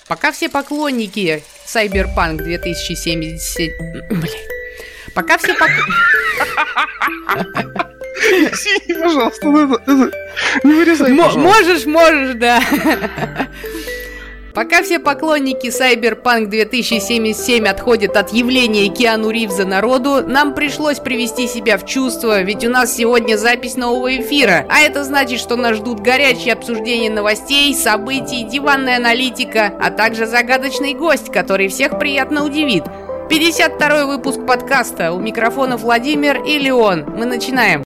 Пока все поклонники Cyberpunk 2077... Пока все Извини, пожалуйста, это не вырезай, пожалуйста. Можешь, да. Пока все поклонники Cyberpunk 2077 отходят от явления Киану Ривза народу, нам пришлось привести себя в чувство, ведь у нас сегодня запись нового эфира. А это значит, что нас ждут горячие обсуждения новостей, событий, диванная аналитика, а также загадочный гость, который всех приятно удивит. 52-й выпуск подкаста. У микрофонов Владимир и Леон. Мы начинаем.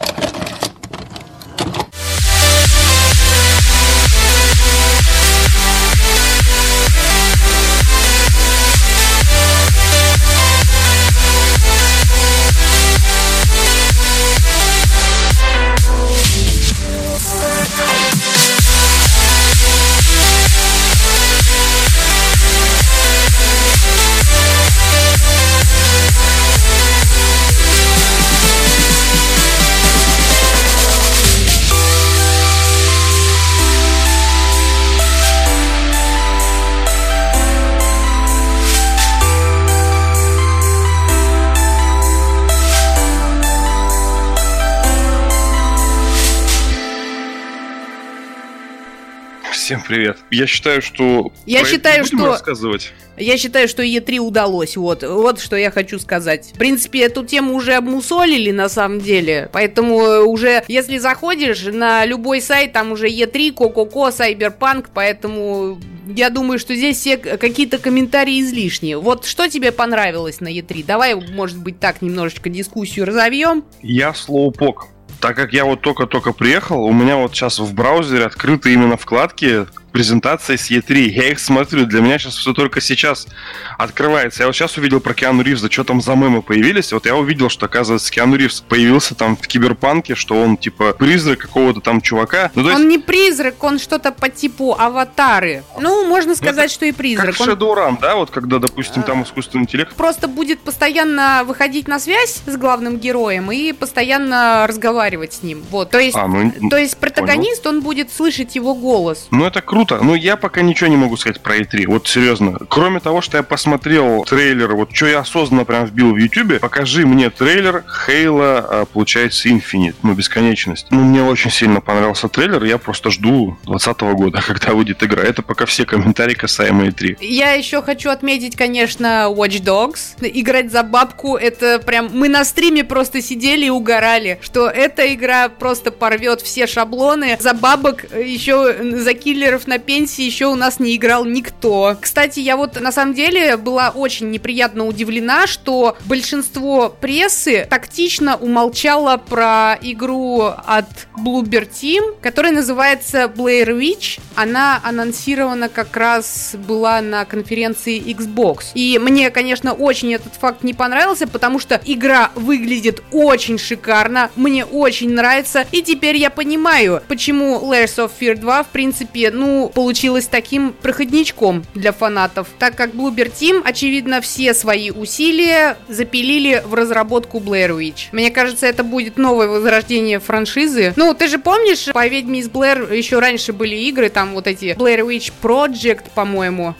Всем привет. Я считаю, что... рассказывать. Я считаю, что E3 удалось. Вот что я хочу сказать. В принципе, эту тему уже обмусолили на самом деле. Поэтому уже, если заходишь на любой сайт, там уже E3, Ко-Ко-Ко, Cyberpunk. Поэтому я думаю, что здесь все какие-то комментарии излишние. Вот что тебе понравилось на E3? Давай, может быть, так немножечко дискуссию разовьем. Я слоупок. Так как я вот только-только приехал, у меня вот сейчас в браузере открыты именно вкладки презентации с E3. Я их смотрю, для меня сейчас все только сейчас открывается. Я вот сейчас увидел про Киану Ривза, что там за мемы появились. Вот я увидел, что, оказывается, Киану Ривз появился там в Киберпанке, что он типа призрак какого-то там чувака. Ну, он не призрак, он что-то по типу аватары. Ну, можно сказать, что и призрак. Как Shadowrun, да? Вот когда, допустим, там искусственный интеллект. Просто будет постоянно выходить на связь с главным героем и постоянно разговаривать с ним. Вот. То есть протагонист, он будет слышать его голос. Ну, это круто. Но я пока ничего не могу сказать про E3. Вот серьезно. Кроме того, что я посмотрел трейлер, вот что я осознанно прям вбил в YouTube, покажи мне трейлер Halo, получается, Infinite, бесконечность. Мне очень сильно понравился трейлер, я просто жду 2020 года, когда выйдет игра. Это пока все комментарии касаемо E3. Я еще хочу отметить, конечно, Watch Dogs. Играть за бабку, это прям... Мы на стриме просто сидели и угорали, что эта игра просто порвет все шаблоны. За бабок, еще за киллеров на пенсии еще у нас не играл никто. Кстати, я вот на самом деле была очень неприятно удивлена, что большинство прессы тактично умолчало про игру от Bloober Team, которая называется Blair Witch. Она анонсирована как раз была на конференции Xbox. И мне, конечно, очень этот факт не понравился, потому что игра выглядит очень шикарно, мне очень нравится, и теперь я понимаю, почему Layers of Fear 2, в принципе, получилось таким проходничком для фанатов, так как Bloober Team, очевидно, все свои усилия запилили в разработку Blair Witch. Мне кажется, это будет новое возрождение франшизы. Ты же помнишь, по Ведьме из Блэр еще раньше были игры, там вот эти Blair Witch Project, по-моему.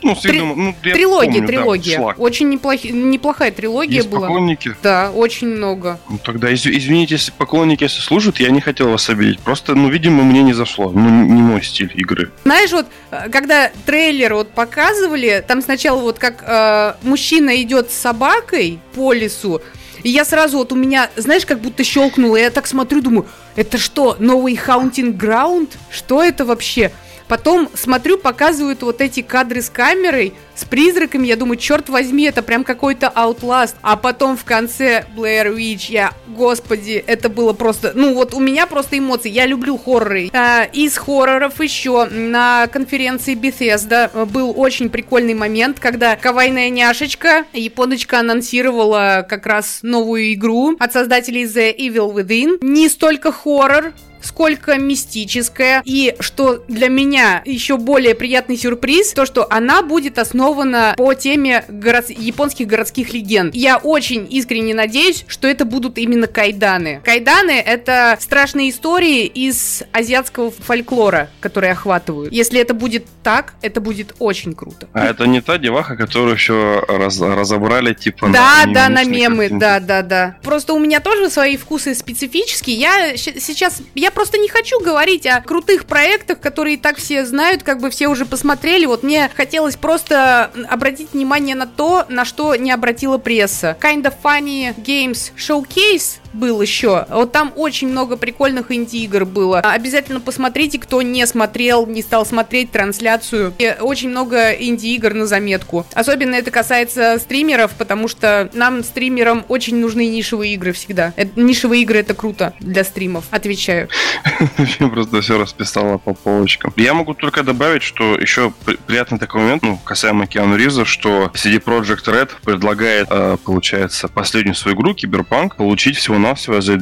Трилогия. Да, очень неплохая трилогия есть была. Поклонники? Да, очень много. Тогда извините, если поклонники, если служат, я не хотел вас обидеть. Просто, видимо, мне не зашло. Не мой стиль игры. Знаешь, вот когда трейлер показывали, там сначала как мужчина идет с собакой по лесу, и я сразу у меня, знаешь, как будто щелкнуло, я так смотрю, думаю, это что, новый Haunting Ground? Что это вообще? Потом смотрю, показывают вот эти кадры с камерой, с призраками, я думаю, черт возьми, это прям какой-то Outlast. А потом в конце Blair Witch, господи, это было просто, у меня просто эмоции, я люблю хорроры. Из хорроров еще на конференции Bethesda был очень прикольный момент, когда кавайная няшечка, японочка, анонсировала как раз новую игру от создателей The Evil Within. Не столько хоррор, сколько мистическая. И что для меня еще более приятный сюрприз, то, что она будет основана по теме японских городских легенд. Я очень искренне надеюсь, что это будут именно кайданы. Кайданы — это страшные истории из азиатского фольклора, которые охватывают. Если это будет так, это будет очень круто. А это не та деваха, которую еще разобрали, типа... Да, на мемы, да. Просто у меня тоже свои вкусы специфические. Я просто не хочу говорить о крутых проектах, которые и так все знают, как бы все уже посмотрели. Вот мне хотелось просто обратить внимание на то, на что не обратила пресса. Kind of Funny Games Showcase был еще. Вот там очень много прикольных инди-игр было. Обязательно посмотрите, кто не смотрел, не стал смотреть трансляцию. И очень много инди-игр на заметку. Особенно это касается стримеров, потому что нам, стримерам, очень нужны нишевые игры всегда. Нишевые игры — это круто для стримов. Отвечаю. Я просто все расписала по полочкам. Я могу только добавить, что еще приятный такой момент, касаемо Киану Ривза, что CD Projekt Red предлагает, получается, последнюю свою игру, Киберпанк, получить всего-навсего за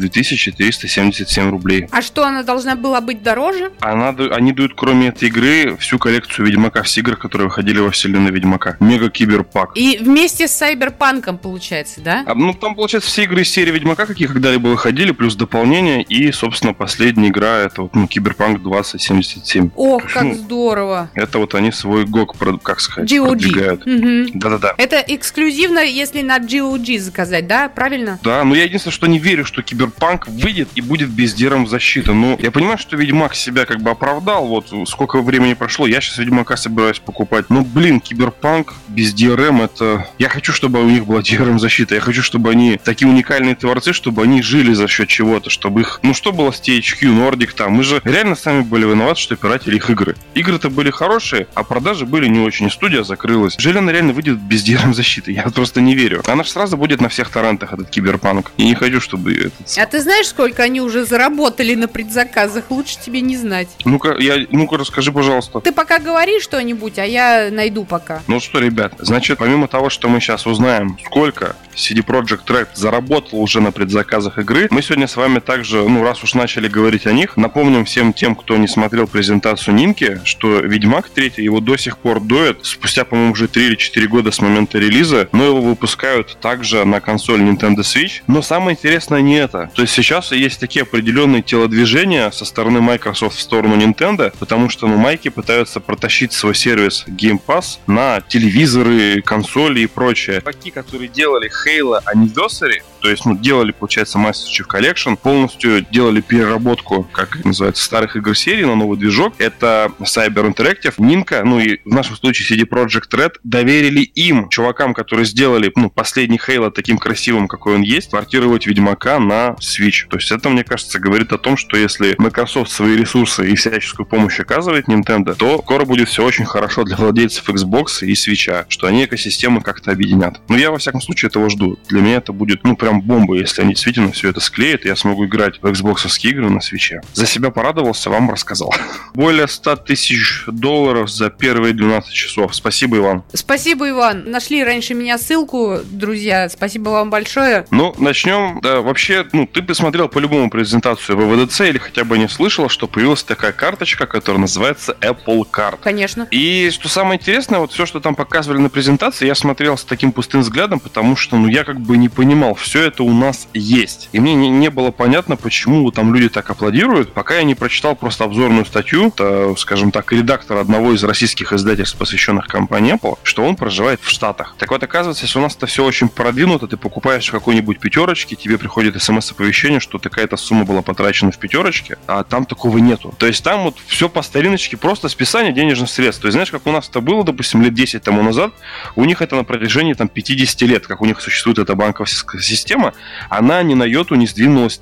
2377 рублей. А что, она должна была быть дороже? Они дают, кроме этой игры, всю коллекцию Ведьмака, все игры, которые выходили во вселенной Ведьмака. Мега Киберпанк. И вместе с Сайберпанком, получается, да? Там, получается, все игры из серии Ведьмака, какие когда-либо выходили, плюс дополнения, и, собственно, последняя игра, это Киберпанк 2077. Ох, как здорово. Это вот они свой GOG, как сказать, GOG. Продвигают. Угу. Да-да-да. Это эксклюзивно, если на GOG заказать, да? Правильно? Да, но я единственное, что не верю, что Киберпанк выйдет и будет без DRM защиты. Ну, я понимаю, что Ведьмак себя как бы оправдал, вот сколько времени прошло, я сейчас Ведьмака собираюсь покупать. Но, Киберпанк без DRM, это... Я хочу, чтобы у них была DRM защита, я хочу, чтобы они такие уникальные творцы, чтобы они жили за счет чего-то, чтобы их... что было с THQ, Nordic там? Мы же реально сами были виноваты, что пиратили их игры. Игры-то были хорошие, а продажи были не очень, и студия закрылась. Неужели она реально выйдет без DRM защиты? Я просто не верю. Она же сразу будет на всех торрентах, этот Киберпанк. И не хочу, чтобы этот... А ты знаешь, сколько они уже заработали на предзаказах? Лучше тебе не знать. Ну-ка, расскажи, пожалуйста. Ты пока говори что-нибудь, а я найду пока. Ну что, ребят, значит, помимо того, что мы сейчас узнаем, сколько CD Projekt Red заработал уже на предзаказах игры, мы сегодня с вами также, раз уж начали говорить о них, напомним всем тем, кто не смотрел презентацию Нинки, что Ведьмак 3, его до сих пор доят, спустя, по-моему, уже 3 или 4 года с момента релиза, но его выпускают также на консоль Nintendo Switch. Но самое интересное не это. То есть сейчас есть такие определенные телодвижения со стороны Microsoft в сторону Nintendo, потому что майки пытаются протащить свой сервис Game Pass на телевизоры, консоли и прочее. Чуваки, которые делали Halo Anniversary, то есть, делали, получается, Master Chief Collection, полностью делали переработку, как называется, старых игр серии на новый движок. Это Cyber Interactive, Ninka, и в нашем случае CD Projekt Red, доверили им, чувакам, которые сделали, последний Halo таким красивым, какой он есть, портировать Ведьмака на Switch. То есть это, мне кажется, говорит о том, что если Microsoft свои ресурсы и всяческую помощь оказывает Nintendo, то скоро будет все очень хорошо для владельцев Xbox и Switch, что они экосистемы как-то объединят. Я, во всяком случае, этого жду. Для меня это будет, прям бомба, если они действительно все это склеят, и я смогу играть в Xbox-овские игры на Switch. За себя порадовался, вам рассказал. Более $100 тысяч за первые 12 часов. Спасибо, Иван. Спасибо, Иван. Нашли раньше меня ссылку, друзья. Спасибо вам большое. Начнем. Да, вообще, ты посмотрел по-любому презентацию ВВДЦ или хотя бы не слышала, что появилась такая карточка, которая называется Apple Card. Конечно. И что самое интересное, все, что там показывали на презентации, я смотрел с таким пустым взглядом, потому что, я как бы не понимал, все это у нас есть. И мне не было понятно, почему там люди так аплодируют, пока я не прочитал просто обзорную статью, скажем так, редактора одного из российских издательств, посвященных компании Apple, что он проживает в Штатах. Так вот, оказывается, если у нас это все очень продвинуто, ты покупаешь в какой-нибудь пятерочке, тебе приходит смс-оповещение, что такая-то сумма была потрачена в пятерочке, а там такого нету. То есть там все по стариночке, просто списание денежных средств. То есть, знаешь, как у нас это было, допустим, лет 10 тому назад, у них это на протяжении 50 лет, как у них существует эта банковская система, она ни на йоту не сдвинулась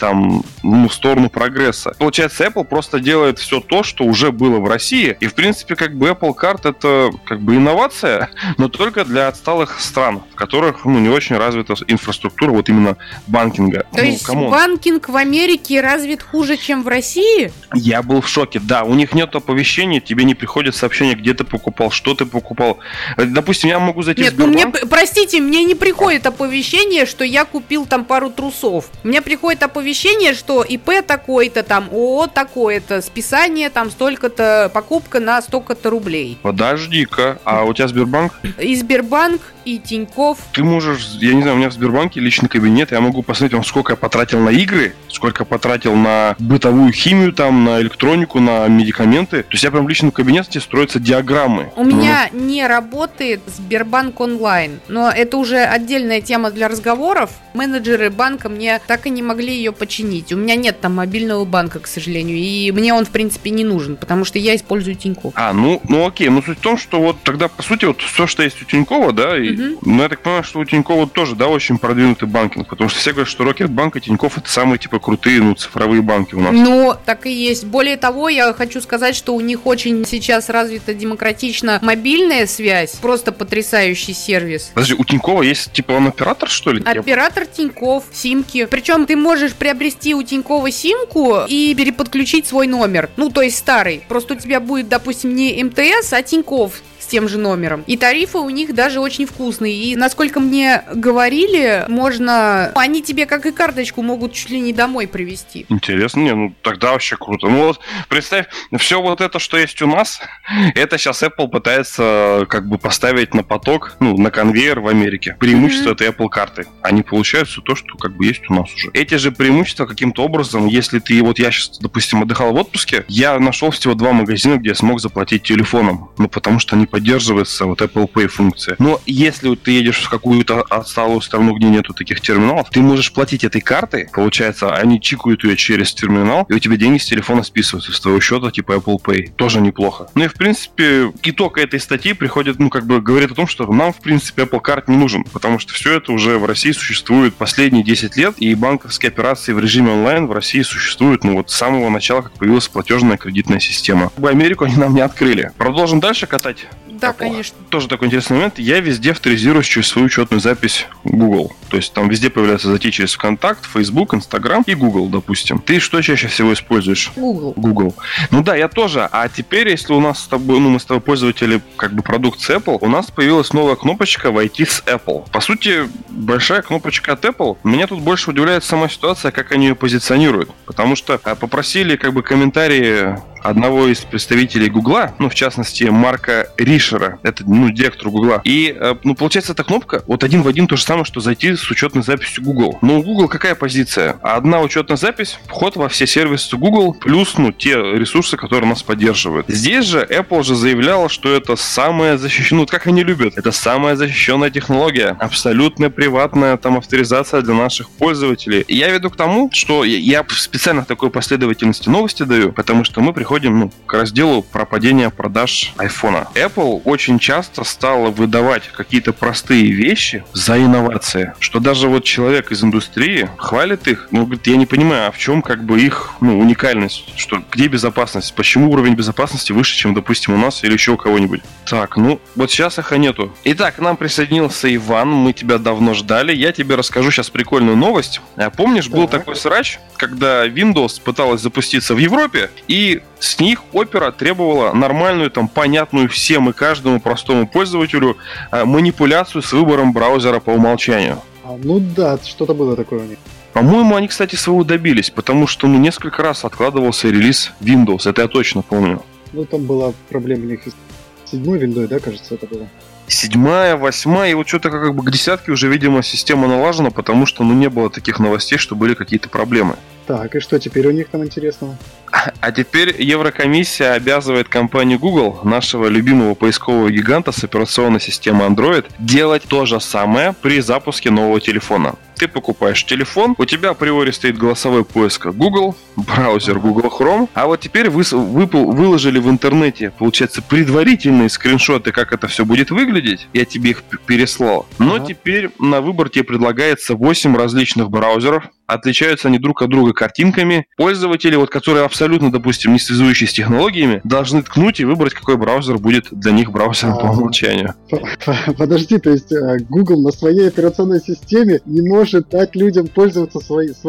в сторону прогресса. Получается, Apple просто делает все то, что уже было в России, и, в принципе, Apple Card это инновация, но только для отсталых стран, в которых, не очень развита инфраструктура именно банкинга. То есть банкинг в Америке развит хуже, чем в России? Я был в шоке, да. У них нет оповещений, тебе не приходит сообщение, где ты покупал, что ты покупал. Допустим, я могу зайти в Сбербанк. Простите, мне не приходит оповещение, что я купил купил там пару трусов. У меня приходит оповещение, что ИП такой-то, там ООО такое-то, списание там столько-то, покупка на столько-то рублей. Подожди-ка, а у тебя Сбербанк? И Сбербанк, и Тинькофф. Ты можешь, я не знаю, у меня в Сбербанке личный кабинет, я могу посмотреть вам, сколько я потратил на игры, сколько потратил на бытовую химию, там, на электронику, на медикаменты. То есть я прям в личном кабинете строятся диаграммы. У меня не работает Сбербанк онлайн, но это уже отдельная тема для разговоров. Менеджеры банка мне так и не могли ее починить. У меня нет там мобильного банка, к сожалению, и мне он, в принципе, не нужен, потому что я использую Тинькофф. Ну окей, но суть в том, что вот тогда, по сути, вот все, что есть у Тинькова, да, ну, я так понимаю, что у Тинькова тоже, да, очень продвинутый банкинг, потому что все говорят, что Рокетбанк и Тинькофф — это самые, типа, крутые, цифровые банки у нас. Ну, так и есть. Более того, я хочу сказать, что у них очень сейчас развита демократично мобильная связь, просто потрясающий сервис. Подожди, у Тинькова есть, типа, он оператор, что ли? Оператор Тинькофф, симки. Причем ты можешь приобрести у Тинькова симку и переподключить свой номер. Ну, то есть старый. Просто у тебя будет, допустим, не МТС, а Тинькофф с тем же номером. И тарифы у них даже очень вкусные. И, насколько мне говорили, можно... Они тебе, как и карточку, могут чуть ли не домой привезти. Интересно. Тогда вообще круто. Ну вот, представь, все вот это, что есть у нас, это сейчас Apple пытается как бы поставить на поток, на конвейер в Америке. Преимущество этой Apple карты. Они получают все то, что как бы есть у нас уже. Эти же преимущества каким-то образом, если ты... Вот я сейчас, допустим, отдыхал в отпуске, я нашел всего 2 магазина, где я смог заплатить телефоном. Потому что они поддерживается вот Apple Pay функция. Но если ты едешь в какую-то отсталую страну, где нету таких терминалов, ты можешь платить этой картой, получается, они чикают ее через терминал, и у тебя деньги с телефона списываются с твоего счета, типа Apple Pay. Тоже неплохо. Ну и, в принципе, итог этой статьи приходит, говорит о том, что нам, в принципе, Apple Card не нужен, потому что все это уже в России существует последние 10 лет, и банковские операции в режиме онлайн в России существуют, с самого начала, как появилась платежная кредитная система. Америку они нам не открыли. Продолжим дальше катать? Да, конечно. Тоже такой интересный момент. Я везде авторизируюсь через свою учетную запись Google. То есть там везде появляется зайти через ВКонтакт, Facebook, Instagram и Google, допустим. Ты что чаще всего используешь? Google. Ну да, я тоже. А теперь, если у нас с тобой, мы с тобой пользователи как бы продукции Apple, у нас появилась новая кнопочка «Войти с Apple». По сути, большая кнопочка от Apple. Меня тут больше удивляет сама ситуация, как они ее позиционируют. Потому что попросили как бы комментарии одного из представителей Гугла, в частности, Марка Ришера, это, директор Гугла. И, получается, эта кнопка вот один в один то же самое, что зайти с учетной записью Google. Но у Google какая позиция? Одна учетная запись, вход во все сервисы Google, плюс, те ресурсы, которые нас поддерживают. Здесь же Apple же заявляла, что это самая защищенная, как они любят, это самая защищенная технология, абсолютно приватная там авторизация для наших пользователей. И я веду к тому, что я специально в такой последовательности новости даю, потому что мы приходим к разделу про падение продаж айфона. Apple очень часто стала выдавать какие-то простые вещи за инновации, что даже вот человек из индустрии хвалит их, говорит, я не понимаю, а в чем как бы их уникальность, что где безопасность, почему уровень безопасности выше, чем, допустим, у нас или еще у кого-нибудь. Так, вот сейчас их и нету. Итак, к нам присоединился Иван, мы тебя давно ждали, я тебе расскажу сейчас прикольную новость. Помнишь, был такой срач, когда Windows пыталась запуститься в Европе, и с них Opera требовала нормальную, понятную всем и каждому простому пользователю манипуляцию с выбором браузера по умолчанию. Да, что-то было такое у них. По-моему, они, кстати, своего добились, потому что несколько раз откладывался релиз Windows, это я точно помню. Там была проблема у них с 7-й виндой, да, кажется, это было? 7-я, 8-я, и вот что-то как бы к 10-ке уже, видимо, система налажена, потому что, не было таких новостей, что были какие-то проблемы. Так, и что теперь у них там интересного? А теперь Еврокомиссия обязывает компанию Google, нашего любимого поискового гиганта с операционной системой Android, делать то же самое при запуске нового телефона. Ты покупаешь телефон, у тебя априори стоит голосовой поиск Google, браузер Google Chrome, а вот теперь выложили в интернете, получается, предварительные скриншоты, как это все будет выглядеть, я тебе их переслал. Но теперь на выбор тебе предлагается 8 различных браузеров, отличаются они друг от друга картинками. Пользователи, которые абсолютно, допустим, не связующие с технологиями, должны ткнуть и выбрать, какой браузер будет для них браузером по умолчанию. Подожди, то есть Google на своей операционной системе не может дать людям пользоваться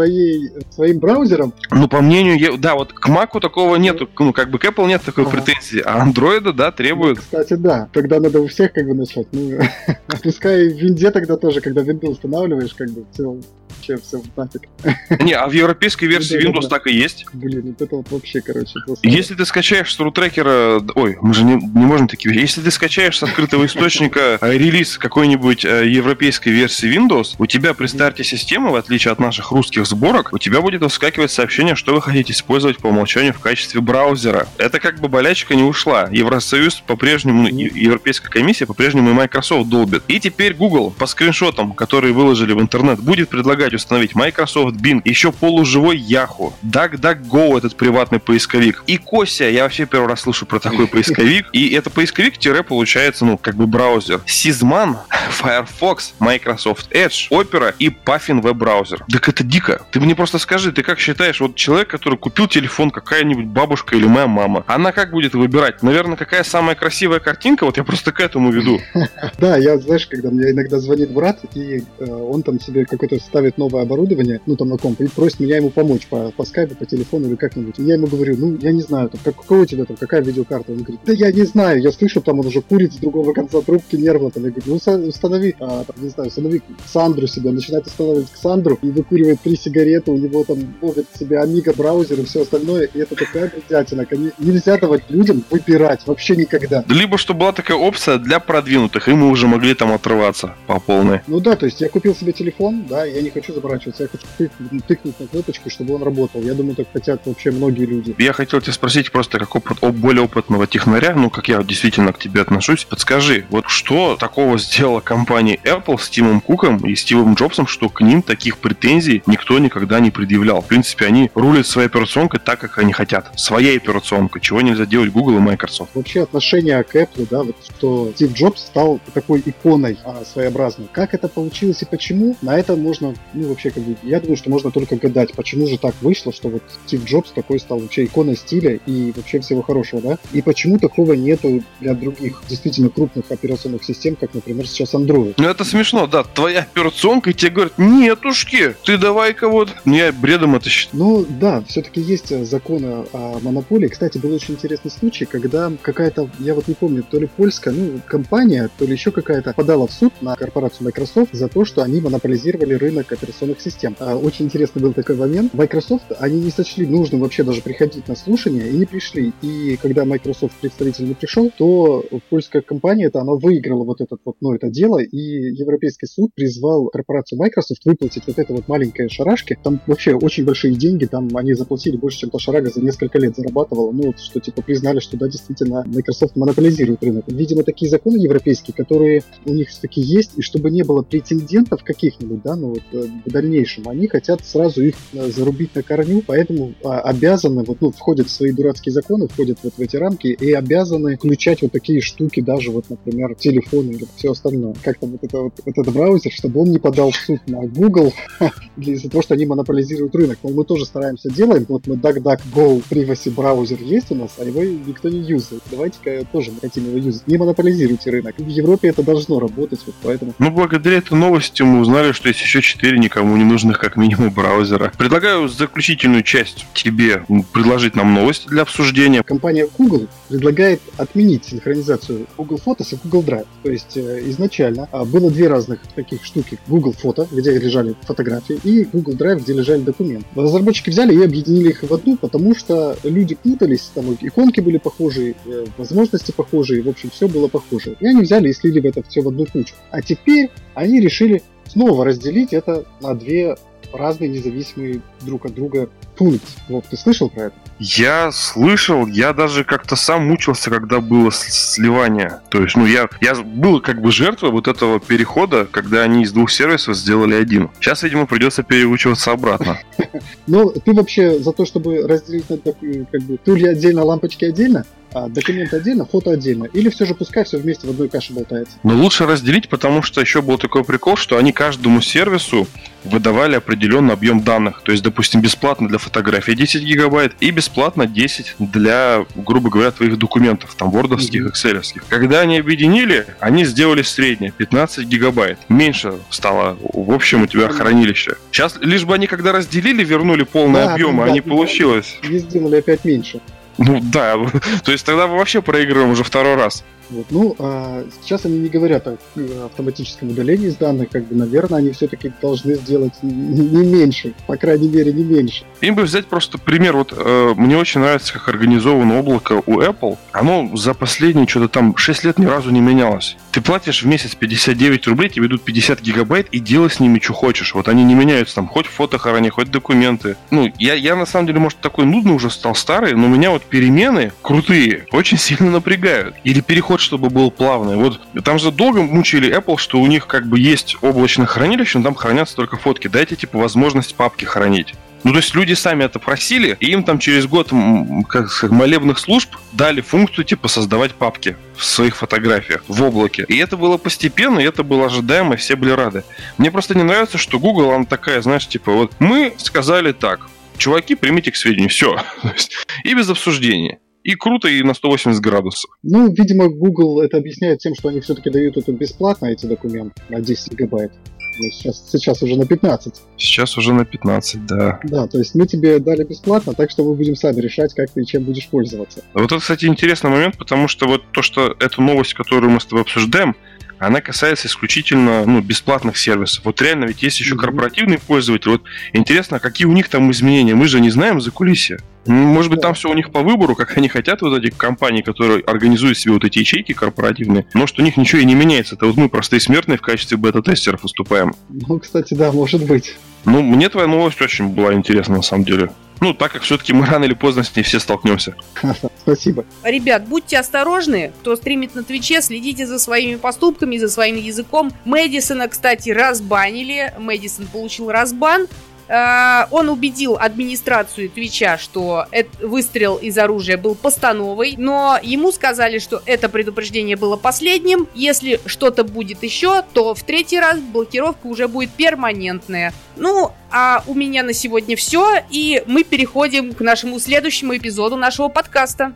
своим браузером? По мнению, да, вот к Mac'у такого нету, как бы к Apple нет такой претензии, а Android, да, требует. Кстати, да, тогда надо у всех начать. Пускай в винде тогда тоже, когда винду устанавливаешь, все вообще все нафиг. Не, а в европейской версии Windows так и есть. Блин, вот это вот вообще, короче. Если ты скачаешь с рутрекера... Ой, мы же не можем такие вещи. Если ты скачаешь с открытого источника релиз какой-нибудь европейской версии Windows, у тебя при старте системы, в отличие от наших русских сборок, у тебя будет выскакивать сообщение, что вы хотите использовать по умолчанию в качестве браузера. Это как бы болячка не ушла. Евросоюз по-прежнему, Европейская комиссия по-прежнему и Microsoft долбит. И теперь Google по скриншотам, которые выложили в интернет, будет предлагать установить Microsoft Bing, еще полуживой Yahoo, DuckDuckGo, этот приватный поисковик, и Кося, я вообще первый раз слышу про такой поисковик, и это поисковик-получается, как бы браузер. Sysman, Firefox, Microsoft Edge, Opera и Puffin веб-браузер. Так это дико. Ты мне просто скажи, ты как считаешь, вот человек, который купил телефон, какая-нибудь бабушка или моя мама, она как будет выбирать? Наверное, какая самая красивая картинка? Вот я просто к этому веду. Да, я, знаешь, когда мне иногда звонит брат, и он там себе какое-то ставит новое оборудование, там на комп, и просит меня ему помочь по скайпу, по телефону или как-нибудь. И я ему говорю, я не знаю, какого у тебя там, какая видеокарта? Он говорит, да я не знаю, я слышу, там он уже курит с другого конца трубки нервно. Там, я говорю, установи Ксандру себе. Он начинает устанавливать Ксандру и выкуривает 3 сигареты, у него там ловит себе Amiga браузер и все остальное, и это такая бредятина. Нельзя давать людям выбирать вообще никогда. Либо, чтобы была такая опция для продвинутых, и мы уже могли там отрываться по полной. То есть я купил себе телефон, да, я не хочу заморачиваться, я хочу тыкнуть на кнопочку, чтобы он работал. Я думаю, так хотят вообще многие люди. Я хотел тебя спросить просто как более опытного технаря, как я действительно к тебе отношусь, подскажи, вот что такого сделала компания Apple с Тимом Куком и Стивом Джобсом, что к ним таких претензий никто никогда не предъявлял. В принципе, они рулят своей операционкой так, как они хотят. Своей операционкой, чего нельзя делать Google и Microsoft. Вообще отношение к Apple, да, вот что Стив Джобс стал такой иконой своеобразной. Как это получилось и почему? На это можно, вообще, я думаю, что можно только гадать, почему же так вышло, что вот Стив Джобс такой стал вообще иконой стиля и вообще всего хорошего, да? И почему такого нету для других действительно крупных операционных систем, как, например, сейчас Android? Это смешно, да. Твоя операционка, и тебе говорят, нетушки, ты давай-ка вот. Я бредом это считаю. Да, все-таки есть законы о монополии. Кстати, был очень интересный случай, когда какая-то, я вот не помню, то ли польская, компания, то ли еще какая-то подала в суд на корпорацию Microsoft за то, что они монополизировали рынок операционных систем. Очень интересный был такой момент. Microsoft, они не сочли нужным вообще даже приходить на слушание и не пришли. И когда Microsoft представитель не пришел, то польская компания, она выиграла вот это дело, и Европейский суд призвал корпорацию Microsoft выплатить вот это маленькое шарашки. Там вообще очень большие деньги, там они заплатили больше, чем та шарага за несколько лет зарабатывала. Что признали, что да, действительно, Microsoft монополизирует рынок. Видимо, такие законы европейские, которые у них все-таки есть, и чтобы не было претендентов каких-нибудь, да, в дальнейшем, они хотят сразу их зарубить на корню, поэтому обязаны, входят в свои дурацкие законы, входят в эти рамки и обязаны включать вот такие штуки, даже например, телефоны или все остальное. Как там этот браузер, чтобы он не подал в суд на Google из-за того, что они монополизируют рынок. Мы тоже стараемся делаем. Мы DuckDuckGo Privacy браузер есть у нас, а его никто не юзает. Давайте-ка тоже мы хотим его юзать. Не монополизируйте рынок. В Европе это должно работать, поэтому... Благодаря этой новости мы узнали, что есть еще 4 никому не нужных как минимум браузера. Предлагаю заключительную часть тебе предложить нам новости для обсуждения. Компания Google предлагает отменить синхронизацию Google Photos и Google Drive. То есть изначально было 2 разных таких штуки. Google Photo, где лежали фотографии, и Google Drive, где лежали документы. Разработчики взяли и объединили их в одну, потому что люди путались, там иконки были похожие, возможности похожие, в общем, все было похоже. И они взяли и слили это все в одну кучу. А теперь они решили снова разделить это на 2 разные независимые друг от друга пункты. Ты слышал про это? Я слышал, я даже как-то сам мучился, когда было сливание. То есть, я был как бы жертвой вот этого перехода, когда они из 2 сервисов сделали один. Сейчас, видимо, придется переучиваться обратно. Ты вообще за то, чтобы разделить на тули отдельно, лампочки отдельно? Документы отдельно, фото отдельно? Или все же пускай все вместе в одной каше болтается? Лучше разделить, потому что еще был такой прикол, что они каждому сервису выдавали определенный объем данных. То есть, допустим, бесплатно для фотографий 10 гигабайт и бесплатно 10 для, грубо говоря, твоих документов, там, вордовских, экселевских. Когда они объединили, они сделали среднее 15 гигабайт. Меньше стало, в общем, у тебя хранилище. Сейчас, лишь бы они, когда разделили, вернули полный объем, а не получилось. И сделали опять меньше. Да, то есть тогда мы вообще проигрываем уже 2-й раз. Вот. Ну, а сейчас они не говорят о автоматическом удалении из данных, как бы, наверное, они все-таки должны сделать не меньше, по крайней мере, не меньше. Им бы взять просто пример, вот мне очень нравится, как организовано облако у Apple. Оно за последние что-то там 6 лет ни разу не менялось. Ты платишь в месяц 59 рублей, тебе идут 50 гигабайт, и делай с ними, что хочешь. Вот они не меняются там, хоть фото храни, хоть документы. Ну, я на самом деле, может, такой нудный уже стал, старый, но меня вот перемены крутые очень сильно напрягают. Или переход, чтобы был плавный. Вот там же долго мучили Apple, что у них как бы есть облачное хранилище, но там хранятся только фотки. Дайте, типа, возможность папки хранить. Ну, то есть люди сами это просили, и им там через год, как сказать, молебных служб дали функцию, типа, создавать папки в своих фотографиях в облаке. И это было постепенно, и это было ожидаемо, и все были рады. Мне просто не нравится, что Google, она такая, знаешь, типа, вот мы сказали так, чуваки, примите к сведению, все. И без обсуждения. И круто, и на 180 градусов. Ну, видимо, Google это объясняет тем, что они все-таки дают это бесплатно, эти документы, на 10 гигабайт. Ну, сейчас уже на 15. Сейчас уже на 15, да. Да, то есть мы тебе дали бесплатно, так что мы будем сами решать, как ты и чем будешь пользоваться. Вот это, кстати, интересный момент, потому что вот то, что эту новость, которую мы с тобой обсуждаем, она касается исключительно бесплатных сервисов. Вот реально, ведь есть еще корпоративные пользователи. Вот интересно, какие у них там изменения? Мы же не знаем закулисья. Может быть, там все у них по выбору, как они хотят, вот эти компании, которые организуют себе вот эти ячейки корпоративные. Может, у них ничего и не меняется. Это вот мы, простые смертные, в качестве бета-тестеров выступаем. Ну, кстати, да, может быть. Ну, мне твоя новость очень была интересна, на самом деле. Ну, так как все-таки мы рано или поздно с ней все столкнемся. Спасибо. Ребят, будьте осторожны, кто стримит на Твиче, следите за своими поступками, за своим языком. Мэдисона, кстати, разбанили. Мэдисон получил разбан. Он убедил администрацию Твича, что выстрел из оружия был постановой, но ему сказали, что это предупреждение было последним. Если что-то будет еще, то в третий раз блокировка уже будет перманентная. Ну, а у меня на сегодня все, и мы переходим к нашему следующему эпизоду нашего подкаста.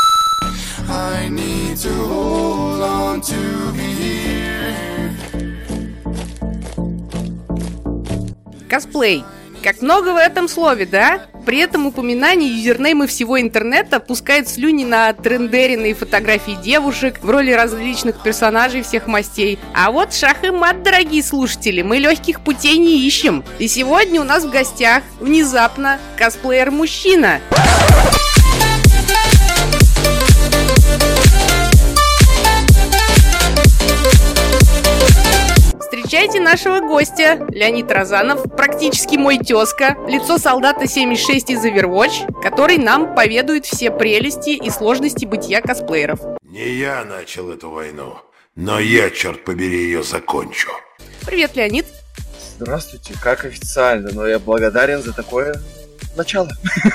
Косплей. Как много в этом слове, да? При этом упоминание юзернеймы всего интернета пускают слюни на трендеренные фотографии девушек в роли различных персонажей всех мастей. А вот шах и мат, дорогие слушатели, мы легких путей не ищем. И сегодня у нас в гостях внезапно косплеер-мужчина. Встречайте нашего гостя, Леонид Розанов, практически мой тезка, лицо солдата 76 из Overwatch, который нам поведает все прелести и сложности бытия косплееров. Не я начал эту войну, но я, черт побери, ее закончу. Привет, Леонид. Здравствуйте, как официально, но я благодарен за такое начало.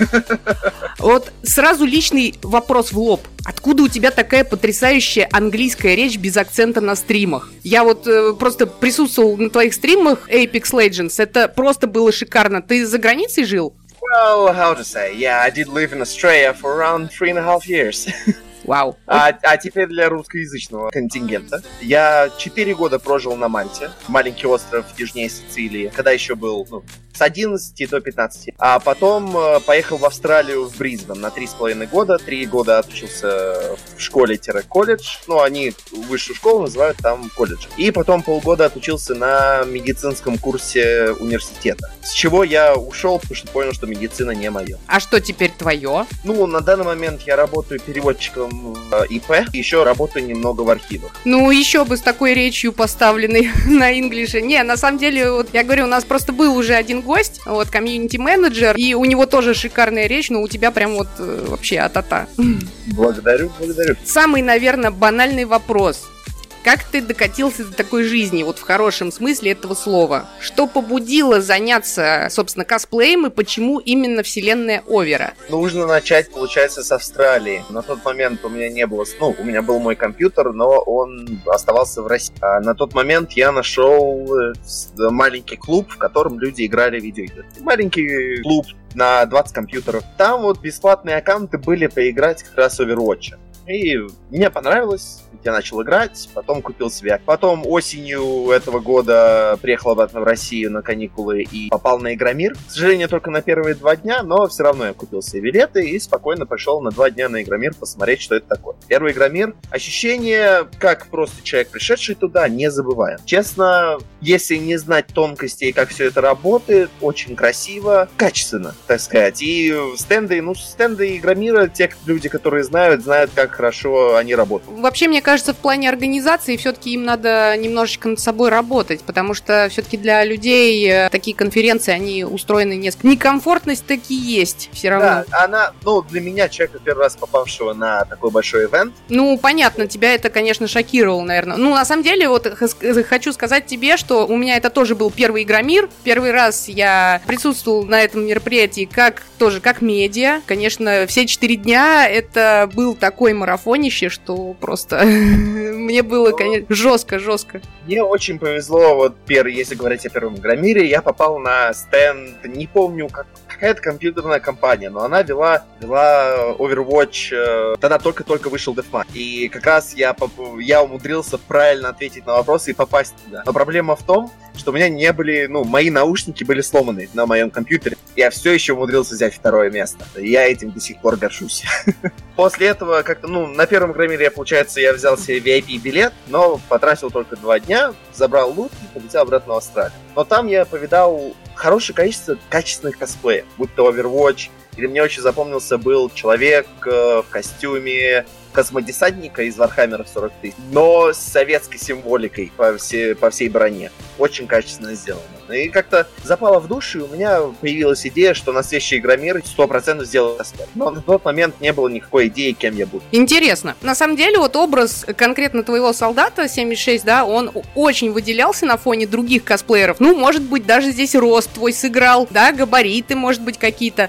Вот сразу личный вопрос в лоб. Откуда у тебя такая потрясающая английская речь без акцента на стримах? Я вот просто присутствовал на твоих стримах Apex Legends. Это просто было шикарно. Ты за границей жил? Well, how to say, yeah, I did live in Australia for around 3.5 years. Вау. А теперь для русскоязычного контингента. Я 4 года прожил на Мальте, маленький остров южнее Сицилии, когда еще был с 11 до 15. А потом поехал в Австралию, в Брисбен на 3,5 года. 3 года отучился в школе-колледж. Ну, они высшую школу называют там колледж. И потом полгода отучился на медицинском курсе университета. С чего я ушел, потому что понял, что медицина не мое. А что теперь твое? Ну, на данный момент я работаю переводчиком в ИП, еще работаю немного в архивах. Ну, еще бы с такой речью поставленной на инглише. Не, на самом деле, вот я говорю, у нас просто был уже один гость, вот, комьюнити-менеджер, и у него тоже шикарная речь, но у тебя прям вот вообще а-та-та. Благодарю. Самый, наверное, банальный вопрос. Как ты докатился до такой жизни, вот в хорошем смысле этого слова? Что побудило заняться, собственно, косплеем и почему именно вселенная Овера? Нужно начать, получается, с Австралии. На тот момент у меня не было... Ну, у меня был мой компьютер, но он оставался в России. А на тот момент я нашел маленький клуб, в котором люди играли в видеоигры. Маленький клуб на 20 компьютеров. Там вот бесплатные аккаунты были поиграть как раз Overwatch. И мне понравилось, я начал играть, потом купил себе. Потом осенью этого года приехал обратно в Россию на каникулы и попал на Игромир. К сожалению, только на первые 2 дня, но все равно я купил себе билеты и спокойно пошел на 2 дня на Игромир посмотреть, что это такое. Первый Игромир. Ощущение, как просто человек, пришедший туда, не забываем. Честно, если не знать тонкостей, как все это работает, очень красиво, качественно, так сказать. И стенды Игромира, те люди, которые знают, как хорошо они работают. Вообще, мне кажется, в плане организации все-таки им надо немножечко над собой работать, потому что все-таки для людей такие конференции, они устроены несколько. Некомфортность таки есть все равно. Да, она, для меня, человека, первый раз попавшего на такой большой ивент. Понятно, тебя это, конечно, шокировало, наверное. На самом деле, хочу сказать тебе, что у меня это тоже был первый Игромир. Первый раз я присутствовал на этом мероприятии как медиа. Конечно, все 4 дня это был такой марафонище, что просто мне было, конечно, жестко. Мне очень повезло, если говорить о первом Игромире, я попал на стенд, не помню, какая-то компьютерная компания, но она вела Overwatch, тогда только-только вышел Deathmatch. И как раз я умудрился правильно ответить на вопросы и попасть туда. Но проблема в том, что у меня мои наушники были сломаны на моем компьютере. Я все еще умудрился взять 2 место. И я этим до сих пор горжусь. После этого на первом Игромире, получается, я взял себе VIP-билет, но потратил только 2 дня, забрал лут и полетел обратно в Австралию. Но там я повидал хорошее количество качественных косплеев, будь то Overwatch, или мне очень запомнился был человек в костюме космодесантника из Вархаммера 40 000, но с советской символикой по всей броне. Очень качественно сделано. И как-то запало в душу, и у меня появилась идея, что на следующий Игромир 100% сделаю косплей. Но на тот момент не было никакой идеи, кем я буду. Интересно. На самом деле, образ конкретно твоего солдата 76, да, он очень выделялся на фоне других косплееров. Может быть, даже здесь рост твой сыграл, да, габариты, может быть, какие-то.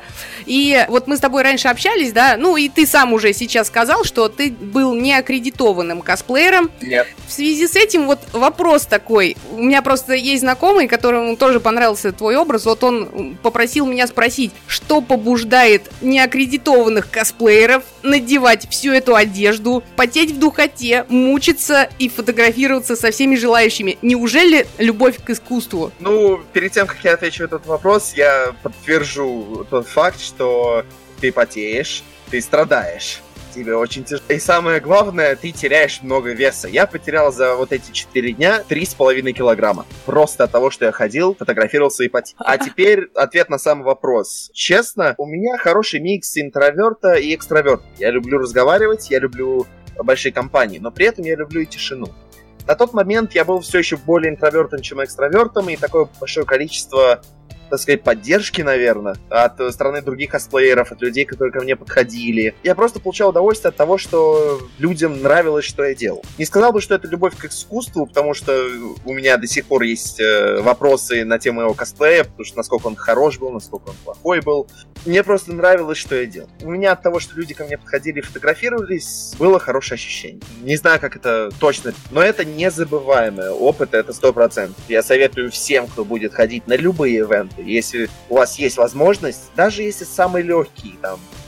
И мы с тобой раньше общались, да, и ты сам уже сейчас сказал, что ты был неаккредитованным косплеером. Нет. В связи с этим вопрос такой. У меня просто есть знакомый, которому тоже понравился твой образ. Он попросил меня спросить, что побуждает неаккредитованных косплееров надевать всю эту одежду, потеть в духоте, мучиться и фотографироваться со всеми желающими. Неужели любовь к искусству? Перед тем, как я отвечу этот вопрос, я подтвержу тот факт, что ты потеешь, ты страдаешь. Тебе очень тяжело. И самое главное, ты теряешь много веса. Я потерял за эти 4 дня 3,5 килограмма. Просто от того, что я ходил, фотографировался и потел. А теперь ответ на сам вопрос. Честно, у меня хороший микс интроверта и экстраверта. Я люблю разговаривать, я люблю большие компании, но при этом я люблю и тишину. На тот момент я был все еще более интровертом, чем экстравертом, и такое большое количество, так сказать, поддержки, наверное, от стороны других косплееров, от людей, которые ко мне подходили. Я просто получал удовольствие от того, что людям нравилось, что я делал. Не сказал бы, что это любовь к искусству, потому что у меня до сих пор есть вопросы на тему его косплея, потому что насколько он хорош был, насколько он плохой был. Мне просто нравилось, что я делал. У меня от того, что люди ко мне подходили и фотографировались, было хорошее ощущение. Не знаю, как это точно, но это незабываемый опыт, это 100%. Я советую всем, кто будет ходить на любые ивенты, если у вас есть возможность, даже если самый легкий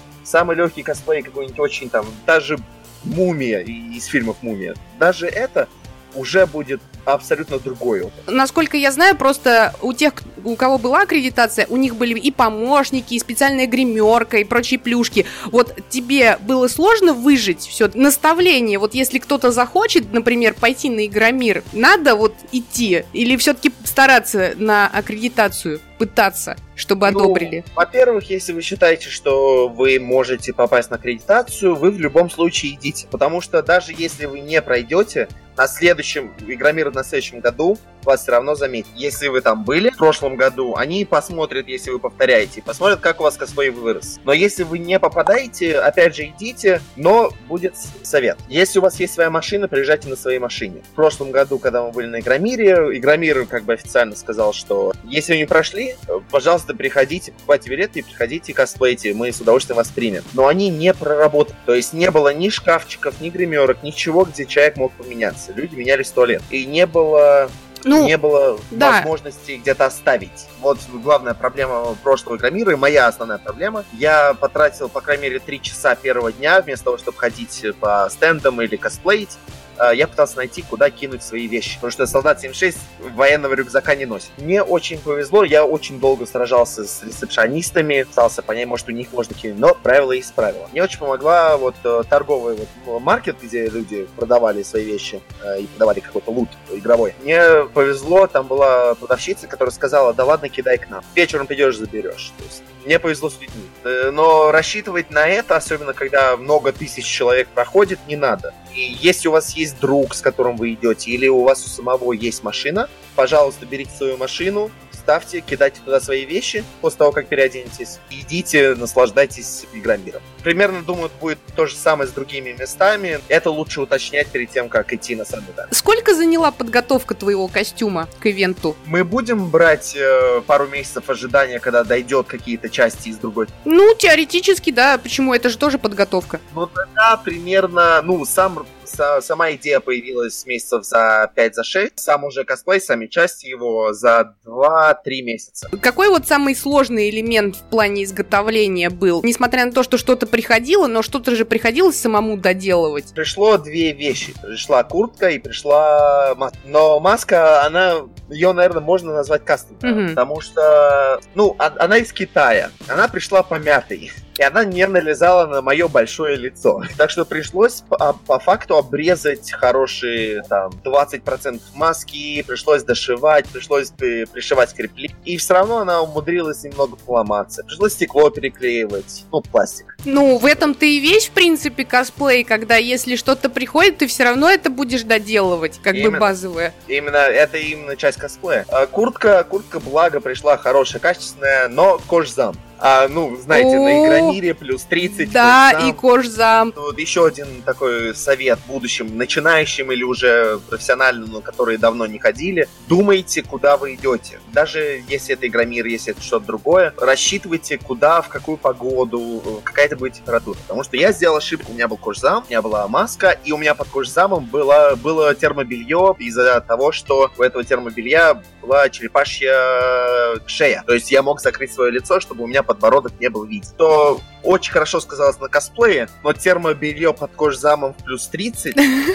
косплей какой-нибудь очень даже Мумия из фильмов Мумия, даже это уже будет абсолютно другой опыт. Насколько я знаю, просто у тех, у кого была аккредитация, у них были и помощники, и специальная гримерка, и прочие плюшки. Тебе было сложно выжить все наставление? Если кто-то захочет, например, пойти на Игромир, надо идти? Или все-таки стараться на аккредитацию, пытаться, чтобы одобрили? Во-первых, если вы считаете, что вы можете попасть на аккредитацию, вы в любом случае идите. Потому что даже если вы не пройдете, на следующем Игромир на следующем году вас все равно заметят. Если вы там были в прошлом году, они посмотрят, если вы повторяете, посмотрят, как у вас косплей вырос. Но если вы не попадаете, опять же идите, но будет совет. Если у вас есть своя машина, приезжайте на своей машине. В прошлом году, когда мы были на Игромире, Игромир официально сказал, что если вы не прошли, пожалуйста, приходите, покупайте билеты и приходите косплейте, мы с удовольствием вас примем. Но они не проработали. То есть не было ни шкафчиков, ни гримерок, ничего, где человек мог поменяться. Люди менялись 100 лет. И не было не было возможности где-то оставить. Вот главная проблема прошлого Игромира, и моя основная проблема. Я потратил, по крайней мере, 3 часа первого дня, вместо того, чтобы ходить по стендам или косплеить, я пытался найти, куда кинуть свои вещи. Потому что Солдат 76 военного рюкзака не носит. Мне очень повезло, я очень долго сражался с ресепшонистами, пытался понять, может, у них можно кинуть, но правила есть правила. Мне очень помогла вот торговый маркет, где люди продавали свои вещи и продавали какой-то лут игровой. Мне повезло, там была продавщица, которая сказала: да ладно, кидай к нам. Вечером придешь, заберешь. То есть мне повезло с людьми. Но рассчитывать на это, особенно когда много тысяч человек проходит, не надо. И если у вас есть друг, с которым вы идете, или у вас у самого есть машина, пожалуйста, берите свою машину, ставьте, кидайте туда свои вещи после того, как переоденетесь. Идите, наслаждайтесь Игромиром. Примерно, думаю, будет то же самое с другими местами. Это лучше уточнять перед тем, как идти на самый этап. Сколько заняла подготовка твоего костюма к ивенту? Мы будем брать пару месяцев ожидания, когда дойдет какие-то части из другой. Ну, теоретически, да. Почему? Это же тоже подготовка. Ну, тогда примерно, сама идея появилась месяцев за 5-6. Сам уже косплей, сами части его за 2-3 месяца. Какой вот самый сложный элемент в плане изготовления был? Несмотря на то, что что-то приходило, но что-то же приходилось самому доделывать. Пришло 2 вещи. Пришла куртка и пришла маска. Но маска, ее, наверное, можно назвать кастомной. Потому что, она из Китая. Она пришла помятой. И она не налезала на мое большое лицо. Так что пришлось по факту обрезать хорошие 20% маски, пришлось дошивать, пришлось пришивать крепления. И все равно она умудрилась немного поломаться. Пришлось стекло переклеивать, пластик. В этом-то и вещь, в принципе, косплей, когда если что-то приходит, ты все равно это будешь доделывать, бы базовое. Это именно часть косплея. Куртка, благо, пришла хорошая, качественная, но кожзам. Знаете, на Игромире плюс 30. Да, и кожзам. Вот еще один такой совет будущим начинающим или уже профессиональным, но которые давно не ходили. Думайте, куда вы идете. Даже если это Игромир, если это что-то другое, рассчитывайте, куда, в какую погоду, какая-то будет температура. Потому что я сделал ошибку. У меня был кожзам, у меня была маска, и у меня под кожзамом было термобелье из-за того, что у этого термобелья была черепашья шея. То есть я мог закрыть свое лицо, чтобы у меня подбородок не был виден. То очень хорошо сказалось на косплее, но термобелье под кожзамом в плюс 30.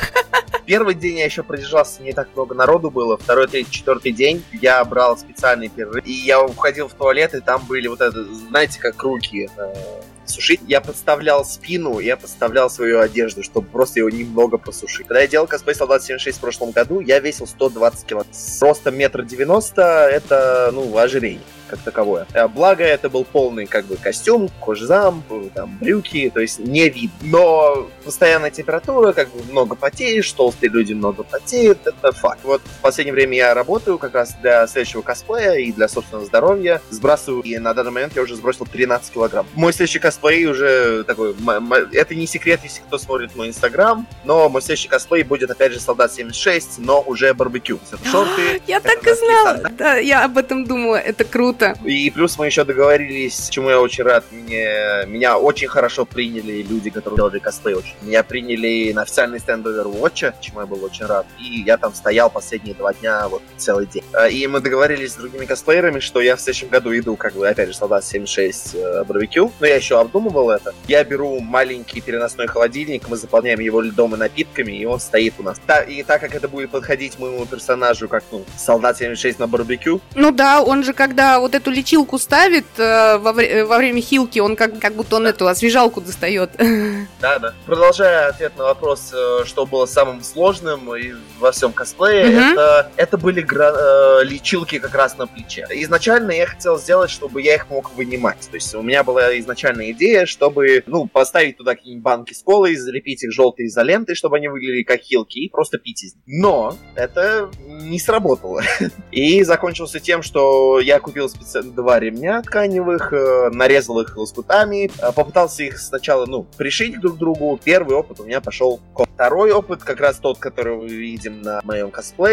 Первый день я еще продержался, не так много народу было. Второй, третий, четвертый день я брал специальный перерыв. И я уходил в туалет, и там были знаете, как руки сушить. Я подставлял спину, я подставлял свою одежду, чтобы просто его немного просушить. Когда я делал косплей Солдат 76 в прошлом году, я весил 120 килограмм. С ростом 1,90 м это, ожирение как таковое. Благо, это был полный костюм, кожзам, брюки, то есть не видно. Но постоянная температура, много потеешь, толстые люди много потеют, это факт. Вот в последнее время я работаю как раз для следующего косплея и для собственного здоровья. Сбрасываю, и на данный момент я уже сбросил 13 килограмм. Мой следующий косплей уже такой, это не секрет, если кто смотрит мой инстаграм, но мой следующий косплей будет опять же Солдат 76, но уже барбекю. Это шорты. Я так и знала. Да, я об этом думала, это круто. И плюс мы еще договорились, чему я очень рад. Меня очень хорошо приняли люди, которые делали косплей. Меня приняли на официальный стенд Overwatch, чему я был очень рад. И я там стоял последние 2 дня целый день. И мы договорились с другими косплеерами, что я в следующем году иду, опять же, Солдат 76 барбекю. Но я еще обдумывал это. Я беру маленький переносной холодильник, мы заполняем его льдом и напитками, и он стоит у нас. И так как это будет подходить моему персонажу, как Солдат 76 на барбекю. Он же когда эту лечилку ставит во время хилки, он как будто он эту освежалку достает. Да. Продолжая ответ на вопрос, что было самым сложным во всем косплее, это были лечилки как раз на плече. Изначально я хотел сделать, чтобы я их мог вынимать. То есть у меня была изначальная идея, чтобы поставить туда какие-нибудь банки с колой, залепить их желтой изолентой, чтобы они выглядели как хилки, и просто пить из них. Но это не сработало. И закончился тем, что я купил 2 ремня тканевых, нарезал их лоскутами, попытался их сначала, пришить друг к другу. Первый опыт у меня пошел. Второй опыт, как раз тот, который мы видим на моем косплее,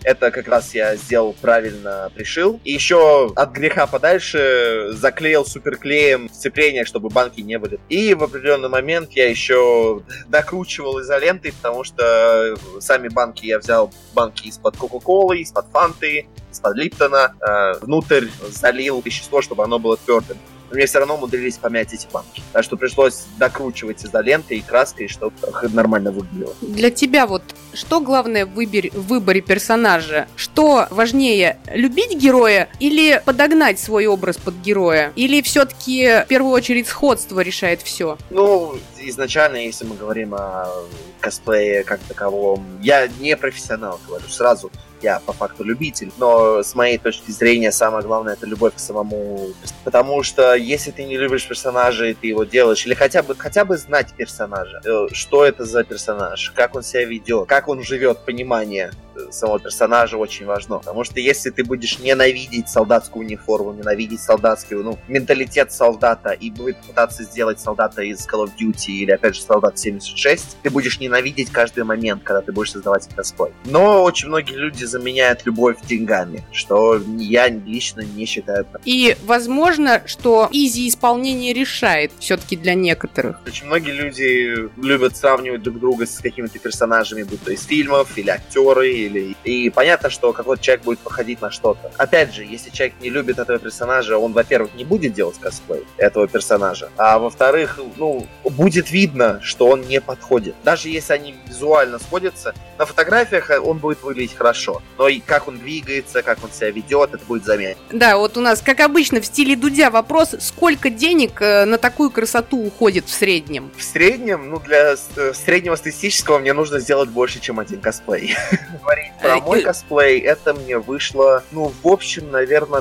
Это как раз я сделал правильно, пришил. И еще от греха подальше заклеил суперклеем сцепление, чтобы банки не были. И в определенный момент я еще докручивал изолентой, потому что сами банки я взял банки из-под Кока-Колы, из-под Фанты, из-под Липтона, внутрь залил вещество, чтобы оно было твердым. Но мне все равно умудрились помять эти банки. Так что пришлось докручивать изолентой и краской, чтобы нормально выглядело. Для тебя вот что главное в выборе персонажа? Что важнее, любить героя или подогнать свой образ под героя? Или все-таки в первую очередь сходство решает все? Ну, изначально, если мы говорим о косплее как таковом, я не профессионал, говорю сразу. Я по факту любитель, но с моей точки зрения самое главное — это любовь к самому. Потому что если ты не любишь персонажа и ты его делаешь, или хотя бы знать персонажа, что это за персонаж, как он себя ведет, как он живет, понимание самого персонажа очень важно. Потому что если ты будешь ненавидеть солдатскую униформу, ненавидеть солдатский, менталитет солдата и будет пытаться сделать солдата из Call of Duty или, опять же, солдат 76, ты будешь ненавидеть каждый момент, когда ты будешь создавать косплей. Но очень многие люди заменяют любовь деньгами, что я лично не считаю. И возможно, что изи-исполнение решает все-таки для некоторых. Очень многие люди любят сравнивать друг друга с какими-то персонажами, будь то из фильмов, или актеры, и понятно, что какой-то человек будет походить на что-то. Опять же, если человек не любит этого персонажа, он, во-первых, не будет делать косплей этого персонажа, а во-вторых, будет видно, что он не подходит. Даже если они визуально сходятся, на фотографиях он будет выглядеть хорошо, но и как он двигается, как он себя ведет, это будет заметно. Да, вот у нас, как обычно, в стиле Дудя вопрос, сколько денег на такую красоту уходит в среднем? В среднем, для среднего статистического мне нужно сделать больше, чем один косплей. Говорить про мой косплей, это мне вышло, в общем, наверное,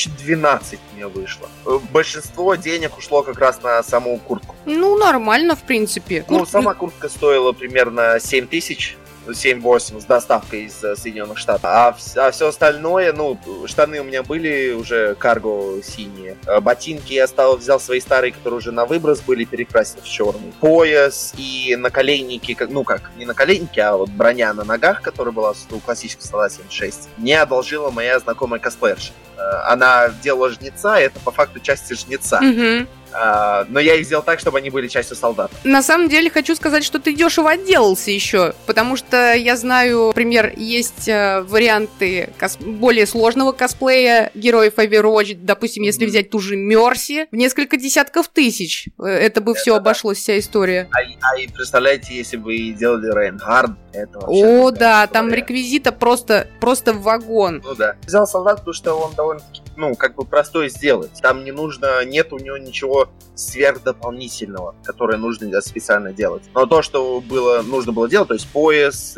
1012 мне вышло. Большинство денег ушло как раз на саму куртку. Нормально, в принципе. Сама куртка стоила примерно 7000. 7-8 с доставкой из Соединенных Штатов. А все остальное, штаны у меня были уже карго синие. Ботинки я взял свои старые, которые уже на выброс были, перекрасил в черный. Пояс и наколенники, не наколенники, а вот броня на ногах, которая была у классического солдата 76, мне одолжила моя знакомая косплеерша. Она делала жнеца, и это по факту части жнеца. Угу. Но я их сделал так, чтобы они были частью солдат. На самом деле хочу сказать, что ты дешево отделался еще, потому что я знаю, например, есть варианты более сложного косплея героев Overwatch, допустим, если взять ту же Мерси, в несколько десятков тысяч, это бы все обошлось, вся история. И представляете, если бы делали Рейнхард, это вообще... Да, там реквизита просто в вагон. Да. Взял солдат, потому что он довольно-таки, простой сделать. Там нет у него ничего сверхдополнительного, которое нужно специально делать. Но то, что нужно было делать, то есть пояс,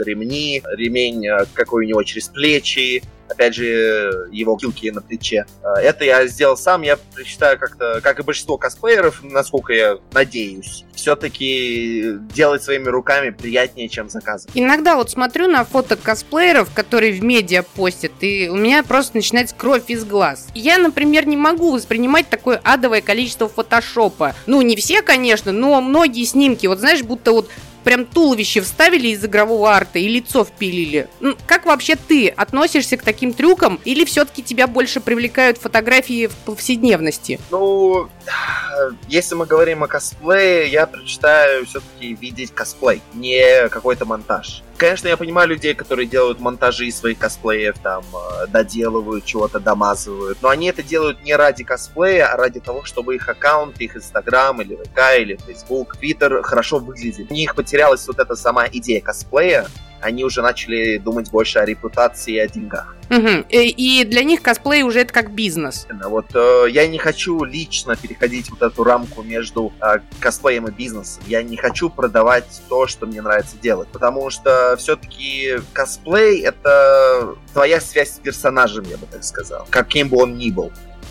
ремень какой у него через плечи, опять же, его килки на плече. Это я сделал сам. Я считаю, как и большинство косплееров, насколько я надеюсь, все-таки делать своими руками приятнее, чем заказывать. Иногда вот смотрю на фото косплееров, которые в медиа постят, и у меня просто начинается кровь из глаз. Я, например, не могу воспринимать такое адовое количество фотошопа. Не все, конечно, но многие снимки, будто прям туловище вставили из игрового арта и лицо впилили. Как вообще ты относишься к таким трюкам? Или все-таки тебя больше привлекают фотографии в повседневности? Если мы говорим о косплее, я предпочитаю все-таки видеть косплей, не какой-то монтаж. Конечно, я понимаю людей, которые делают монтажи своих косплеев, доделывают чего-то, домазывают, но они это делают не ради косплея, а ради того, чтобы их аккаунт, их Инстаграм, или ВК, или Фейсбук, Твиттер хорошо выглядели. У них потерялась эта сама идея косплея, они уже начали думать больше о репутации и о деньгах. Угу. И для них косплей уже это как бизнес. Я не хочу лично переходить эту рамку между косплеем и бизнесом. Я не хочу продавать то, что мне нравится делать. Потому что все-таки косплей — это твоя связь с персонажем, я бы так сказал. Каким бы он ни был.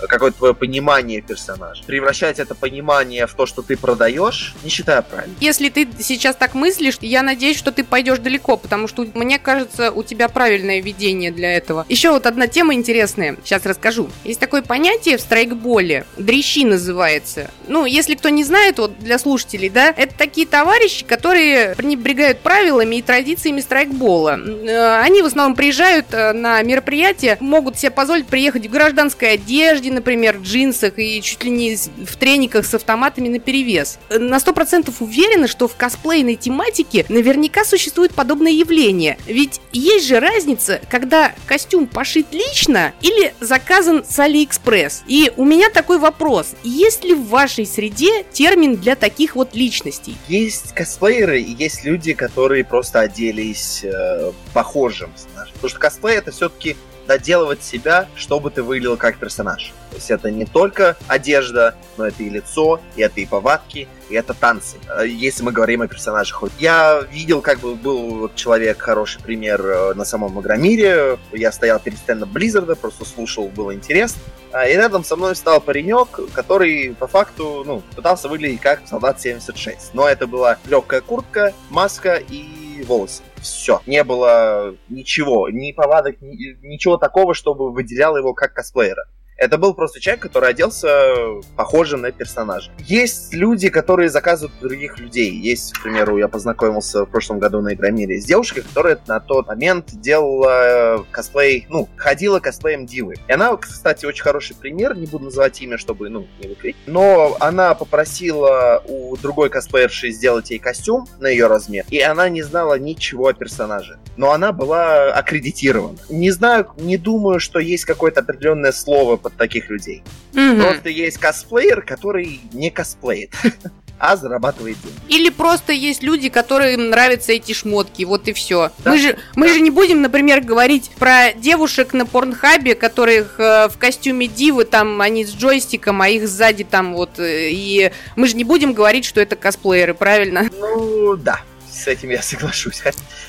какое-то твое понимание персонажа. Превращать это понимание в то, что ты продаешь, не считаю правильно. Если ты сейчас так мыслишь, я надеюсь, что ты пойдешь далеко, потому что, мне кажется, у тебя правильное видение для этого. Еще вот одна тема интересная, сейчас расскажу. Есть такое понятие в страйкболе, дрищи называется. Ну, если кто не знает, вот для слушателей, да, это такие товарищи, которые пренебрегают правилами и традициями страйкбола. Они в основном приезжают на мероприятия, могут себе позволить приехать в гражданской одежде, например, в джинсах и чуть ли не в трениках с автоматами наперевес. На 100% уверена, что в косплейной тематике наверняка существует подобное явление. Ведь есть же разница, когда костюм пошит лично или заказан с Алиэкспресс. И у меня такой вопрос. Есть ли в вашей среде термин для таких вот личностей? Есть косплееры и есть люди, которые просто оделись похожим. Потому что косплей — это все-таки доделывать себя, чтобы ты выглядел как персонаж. То есть это не только одежда, но это и лицо, и это и повадки, и это танцы, если мы говорим о персонажах. Я видел, как бы был человек, хороший пример на самом Игромире. Я стоял перед стендом Blizzard, просто слушал, было интересно. И рядом со мной встал паренек, который по факту пытался выглядеть как солдат 76. Но это была легкая куртка, маска и волосы. Все. Не было ничего, ни повадок, ничего такого, чтобы выделяло его как косплеера. Это был просто человек, который оделся похоже на персонажа. Есть люди, которые заказывают других людей. Есть, к примеру, я познакомился в прошлом году на Игромире с девушкой, которая на тот момент делала косплей, ходила косплеем Дивы. И она, кстати, очень хороший пример, не буду называть имя, чтобы, не выкрыть. Но она попросила у другой косплеерши сделать ей костюм на ее размер, и она не знала ничего о персонаже. Но она была аккредитирована. Не знаю, не думаю, что есть какое-то определенное слово под таких людей. Просто есть косплеер, который не косплеит, а зарабатывает деньги. Или просто есть люди, которым нравятся эти шмотки, вот и все. Да. Мы же не будем, например, говорить про девушек на Порнхабе, которых в костюме дивы, там они с джойстиком, а их сзади там вот, и мы же не будем говорить, что это косплееры, правильно? Да, с этим я соглашусь.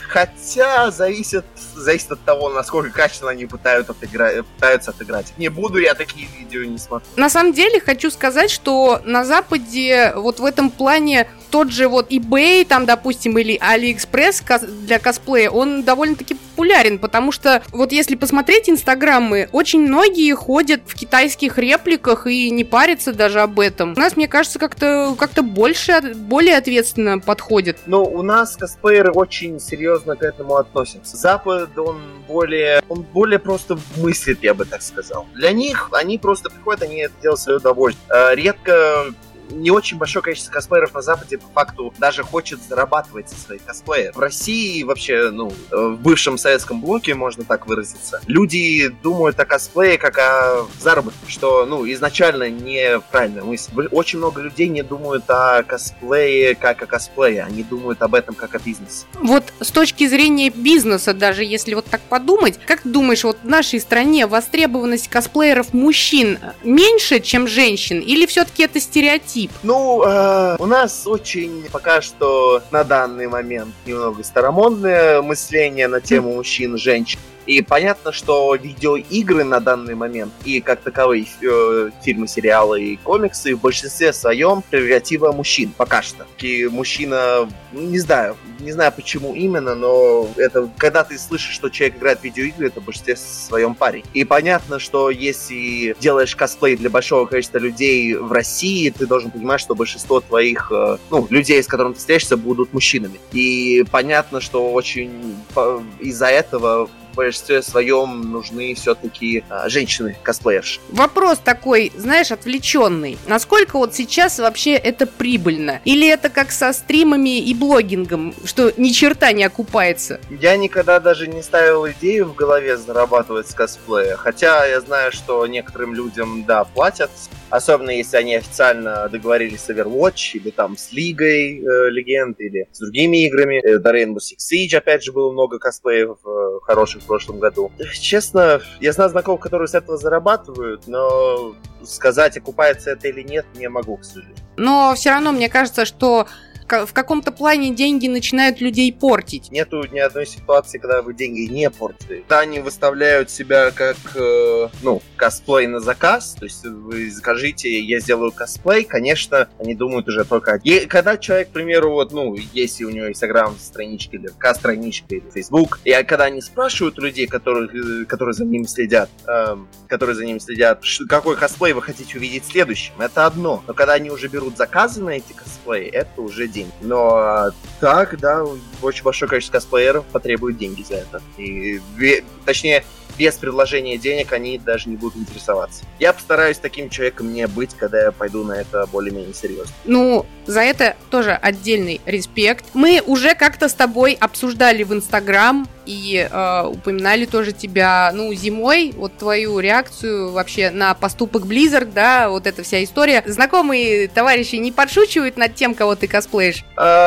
Хотя зависит от того, насколько качественно они пытаются отыграть. Не буду, я такие видео не смотрю. На самом деле, хочу сказать, что на Западе вот в этом плане тот же вот eBay, там, допустим, или AliExpress для косплея, он довольно-таки популярен, потому что вот если посмотреть инстаграмы, очень многие ходят в китайских репликах и не парятся даже об этом. У нас, мне кажется, как-то более ответственно подходят. Но у нас косплееры очень серьезно к этому относятся. Запад, он более просто мыслит, я бы так сказал. Для них, они просто приходят, они это делают в свое удовольствие. Редко не очень большое количество косплееров на Западе по факту даже хочет зарабатывать со своих косплеев. В России вообще, в бывшем советском блоке, можно так выразиться, люди думают о косплее как о заработке, что, изначально неправильная мысль. Очень много людей не думают о косплее как о косплее, они думают об этом как о бизнесе. Вот с точки зрения бизнеса, даже если вот так подумать, как ты думаешь, вот в нашей стране востребованность косплееров мужчин меньше, чем женщин, или все-таки это стереотип? У нас очень пока что на данный момент немного старомодное мышление на тему мужчин и женщин. И понятно, что видеоигры на данный момент и как таковые фильмы, сериалы и комиксы в большинстве своем прерогатива мужчин пока что. И мужчина, не знаю почему именно, но это когда ты слышишь, что человек играет в видеоигры, это в большинстве своем парень. И понятно, что если делаешь косплей для большого количества людей в России, ты должен понимать, что большинство твоих людей, с которыми ты встретишься, будут мужчинами. И понятно, что очень из-за этого в большинстве своем нужны все-таки женщины-косплеерши. Вопрос такой, знаешь, отвлеченный. Насколько вот сейчас вообще это прибыльно? Или это как со стримами и блогингом, что ни черта не окупается? Я никогда даже не ставил идею в голове зарабатывать с косплея. Хотя я знаю, что некоторым людям, платят. Особенно если они официально договорились с Overwatch, или там с Лигой Легенд, или с другими играми. До Rainbow Six Siege, опять же, было много косплеев хороших в прошлом году. Честно, я знаю знакомых, которые с этого зарабатывают, но сказать, окупается это или нет, не могу, к сожалению. Но все равно мне кажется, что в каком-то плане деньги начинают людей портить. Нету ни одной ситуации, когда вы деньги не портите. Когда они выставляют себя как, косплей на заказ, то есть вы закажите, я сделаю косплей, конечно, они думают уже только... Когда человек, к примеру, если у него Инстаграм-страничка или ВК-страничка или Фейсбук, и когда они спрашивают у людей, которые за ними следят, какой косплей вы хотите увидеть следующим, это одно. Но когда они уже берут заказы на эти косплеи, это уже деньги. Но так, да, очень большое количество косплееров потребует деньги за это. Точнее, без предложения денег они даже не будут интересоваться. Я постараюсь таким человеком не быть, когда я пойду на это более-менее серьезно. За это тоже отдельный респект. Мы уже как-то с тобой обсуждали в Инстаграм и упоминали тоже тебя, зимой, вот твою реакцию вообще на поступок Blizzard, да, вот эта вся история. Знакомые товарищи не подшучивают над тем, кого ты косплеишь?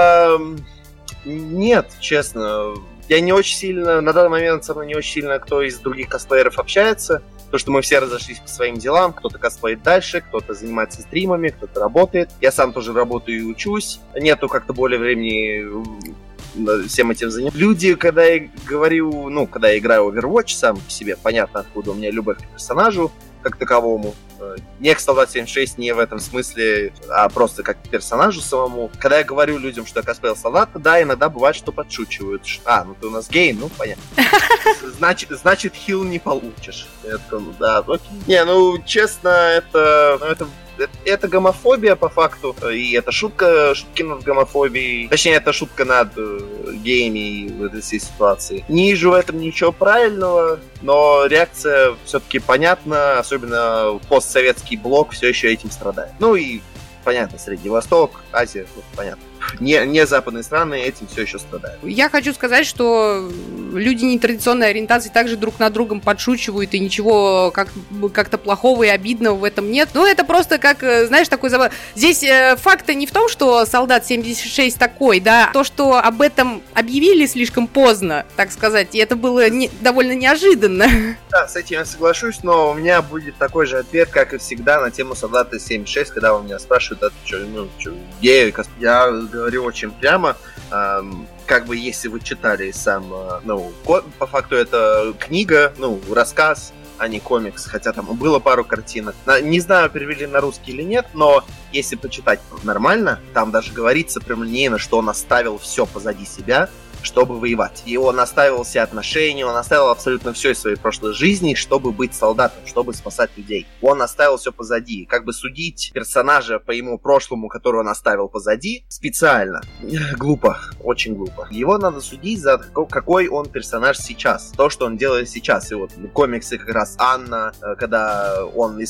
Нет, честно. Я не очень сильно, на данный момент со мной не очень сильно кто из других косплееров общается, потому что мы все разошлись по своим делам, кто-то косплеит дальше, кто-то занимается стримами, кто-то работает. Я сам тоже работаю и учусь, нету как-то более времени всем этим заниматься. Люди, когда я говорю, когда я играю в Overwatch сам по себе, понятно, откуда у меня любовь к персонажу, как таковому. Не к Солдат 76 не в этом смысле, а просто как к персонажу самому. Когда я говорю людям, что я косплеил солдата, да, иногда бывает, что подшучивают. Ты у нас гей, понятно. Значит, хил не получишь. Я такой, да, окей. Не, честно, это гомофобия по факту, и это шутки над гомофобией. Точнее, это шутка над геями в этой всей ситуации. Не вижу в этом ничего правильного, но реакция все-таки понятна, особенно постсоветский блок все еще этим страдает. И понятно, Средний Восток, Азия, понятно. Не западные страны этим все еще страдают. Я хочу сказать, что люди нетрадиционной ориентации также друг над другом подшучивают, и ничего как-то плохого и обидного в этом нет. Это просто как, знаешь, такой забав. Здесь факт не в том, что Солдат 76 такой, да, то, что об этом объявили слишком поздно, так сказать, и это было довольно неожиданно. Да, с этим я соглашусь, но у меня будет такой же ответ, как и всегда, на тему Солдата 76, когда у меня спрашивают, гей, я говорю очень прямо, если вы читали сам, по факту это книга, рассказ, а не комикс, хотя там было пару картинок. Не знаю, перевели на русский или нет, но если почитать нормально, там даже говорится прямолинейно, что он оставил все позади себя, чтобы воевать. И он оставил все отношения, он оставил абсолютно все из своей прошлой жизни, чтобы быть солдатом, чтобы спасать людей. Он оставил все позади. Судить персонажа по ему прошлому, который он оставил позади, специально. Глупо, очень глупо. Его надо судить за какой он персонаж сейчас. То, что он делает сейчас. И в комиксе как раз Анна, когда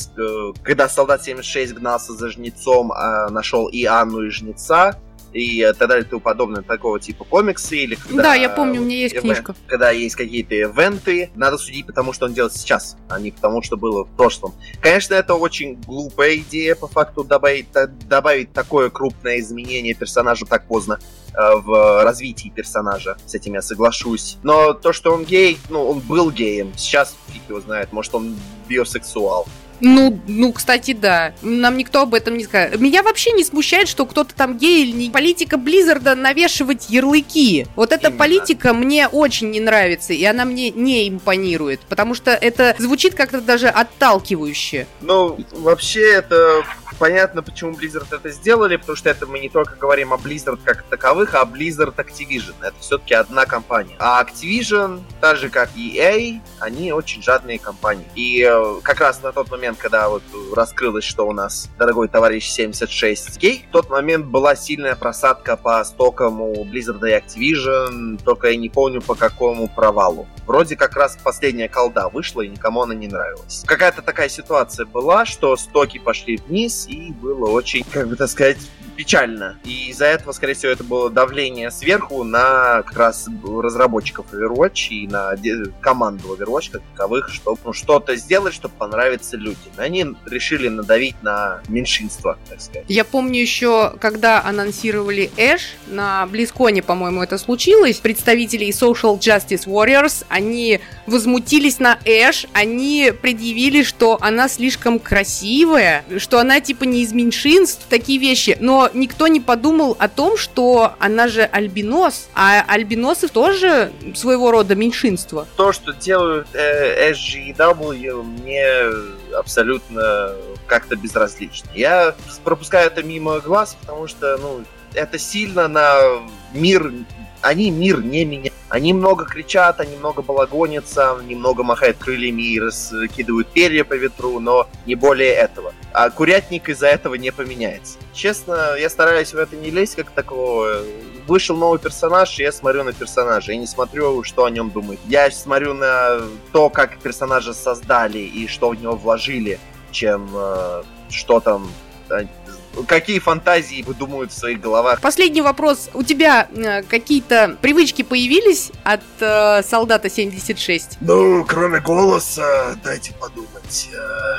Солдат 76 гнался за жнецом, нашел и Анну, и жнеца, и так далее и тому подобное, такого типа комиксы, или когда... Да, я помню, у меня есть книжка. Когда есть какие-то ивенты, надо судить потому, что он делает сейчас, а не потому, что было в прошлом. Конечно, это очень глупая идея, по факту, добавить такое крупное изменение персонажу так поздно в развитии персонажа. С этим я соглашусь. Но то, что он гей, он был геем. Сейчас фиг его знает, может, он биосексуал. Кстати, да. Нам никто об этом не скажет. Меня вообще не смущает, что кто-то там гей или не. Политика Близзарда навешивать ярлыки. Вот эта политика мне очень не нравится, и она мне не импонирует, потому что это звучит как-то даже отталкивающе. Вообще это понятно, почему Blizzard это сделали, потому что это мы не только говорим о Blizzard как таковых, а о Blizzard Activision. Это все-таки одна компания. А Activision, так же как EA, они очень жадные компании. И как раз на тот момент, когда раскрылось, что у нас дорогой товарищ 76 гей, в тот момент была сильная просадка по стокам у Blizzard и Activision, только я не помню по какому провалу. Вроде как раз последняя колда вышла, и никому она не нравилась. Какая-то такая ситуация была, что стоки пошли вниз, и было очень, печально. И из-за этого, скорее всего, это было давление сверху на как раз разработчиков Overwatch и на команду Overwatch как таковых, чтобы что-то сделать, чтобы понравиться людям. Они решили надавить на меньшинство, так сказать. Я помню еще, когда анонсировали Эш, на BlizzCon'е, по-моему, это случилось, представители Social Justice Warriors, они возмутились на Эш, они предъявили, что она слишком красивая, что она не из меньшинств, такие вещи. Но но никто не подумал о том, что она же альбинос, а альбиносы тоже своего рода меньшинство. То, что делают SJW, мне абсолютно как-то безразлично. Я пропускаю это мимо глаз, потому что, это сильно на мир... Они мир не меняют. Они много кричат, они много балагонятся, они много махают крыльями и раскидывают перья по ветру, но не более этого. А курятник из-за этого не поменяется. Честно, я стараюсь в это не лезть, как такого. Вышел новый персонаж, и я смотрю на персонажа. Я не смотрю, что о нем думают. Я смотрю на то, как персонажа создали и что в него вложили, чем что там... Какие фантазии выдумывают в своих головах. Последний вопрос. У тебя какие-то привычки появились от солдата 76? Кроме голоса, дайте подумать.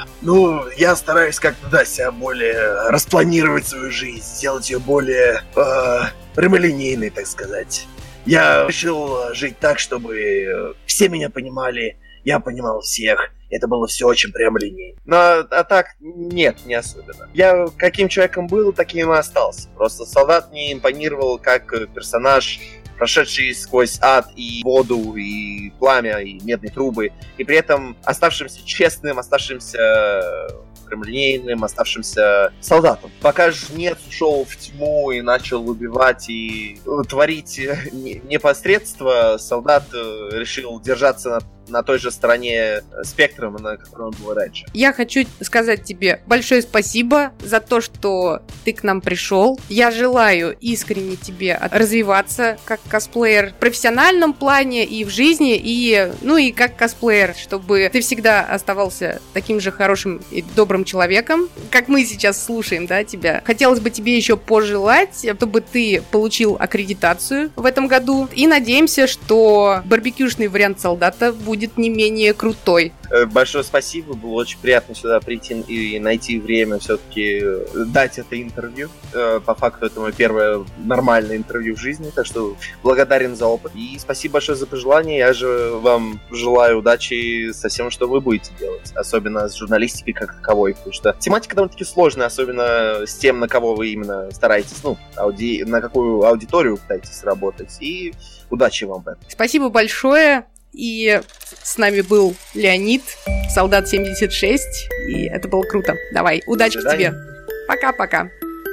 Я стараюсь как-то, себя более распланировать свою жизнь, сделать ее более прямолинейной, так сказать. Я решил жить так, чтобы все меня понимали, я понимал всех. Это было все очень прямолинейно. А так, нет, не особенно. Я каким человеком был, таким и остался. Просто солдат мне импонировал как персонаж, прошедший сквозь ад и воду, и пламя, и медные трубы, и при этом оставшимся честным, оставшимся прямолинейным, оставшимся солдатом. Пока жнец ушел в тьму и начал убивать и творить непосредство, солдат решил держаться на той же стороне спектра, на которой он был раньше. Я хочу сказать тебе большое спасибо за то, что ты к нам пришел. Я желаю искренне тебе развиваться как косплеер в профессиональном плане и в жизни, и как косплеер, чтобы ты всегда оставался таким же хорошим и добрым человеком, как мы сейчас слушаем, тебя. Хотелось бы тебе еще пожелать, чтобы ты получил аккредитацию в этом году, и надеемся, что барбекюшный вариант солдата будет не менее крутой. Большое спасибо, было очень приятно сюда прийти и найти время все-таки дать это интервью. По факту это мое первое нормальное интервью в жизни, так что благодарен за опыт. И спасибо большое за пожелания, я же вам желаю удачи со всем, что вы будете делать, особенно с журналистикой как таковой, потому что тематика довольно-таки сложная, особенно с тем, на кого вы именно стараетесь, на какую аудиторию пытаетесь работать, и удачи вам в этом. Спасибо большое. И с нами был Леонид, солдат 76, и это было круто. Давай, удачи тебе. Пока-пока.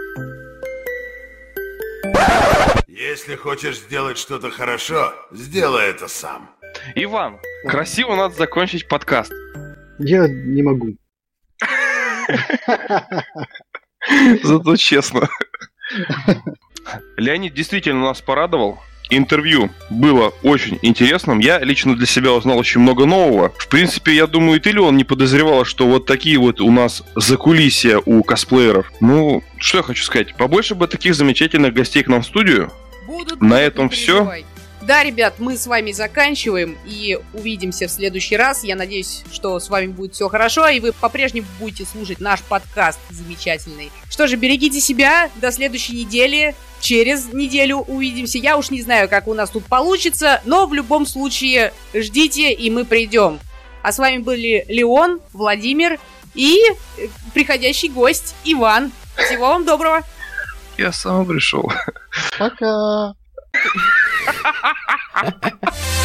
Если хочешь сделать что-то хорошо, сделай это сам. Иван, красиво надо закончить подкаст. Я не могу. Зато честно. Леонид действительно нас порадовал. Интервью было очень интересным. Я лично для себя узнал очень много нового. В принципе, я думаю, и ты, Леон, не подозревала, что вот такие вот у нас закулисья у косплееров. Что я хочу сказать. Побольше бы таких замечательных гостей к нам в студию. На этом все. Да, ребят, мы с вами заканчиваем и увидимся в следующий раз. Я надеюсь, что с вами будет все хорошо, и вы по-прежнему будете слушать наш подкаст замечательный. Что же, берегите себя, до следующей недели. Через неделю увидимся. Я уж не знаю, как у нас тут получится, но в любом случае ждите, и мы придем. А с вами были Леон, Владимир и приходящий гость Иван. Всего вам доброго. Я сам пришел. Пока.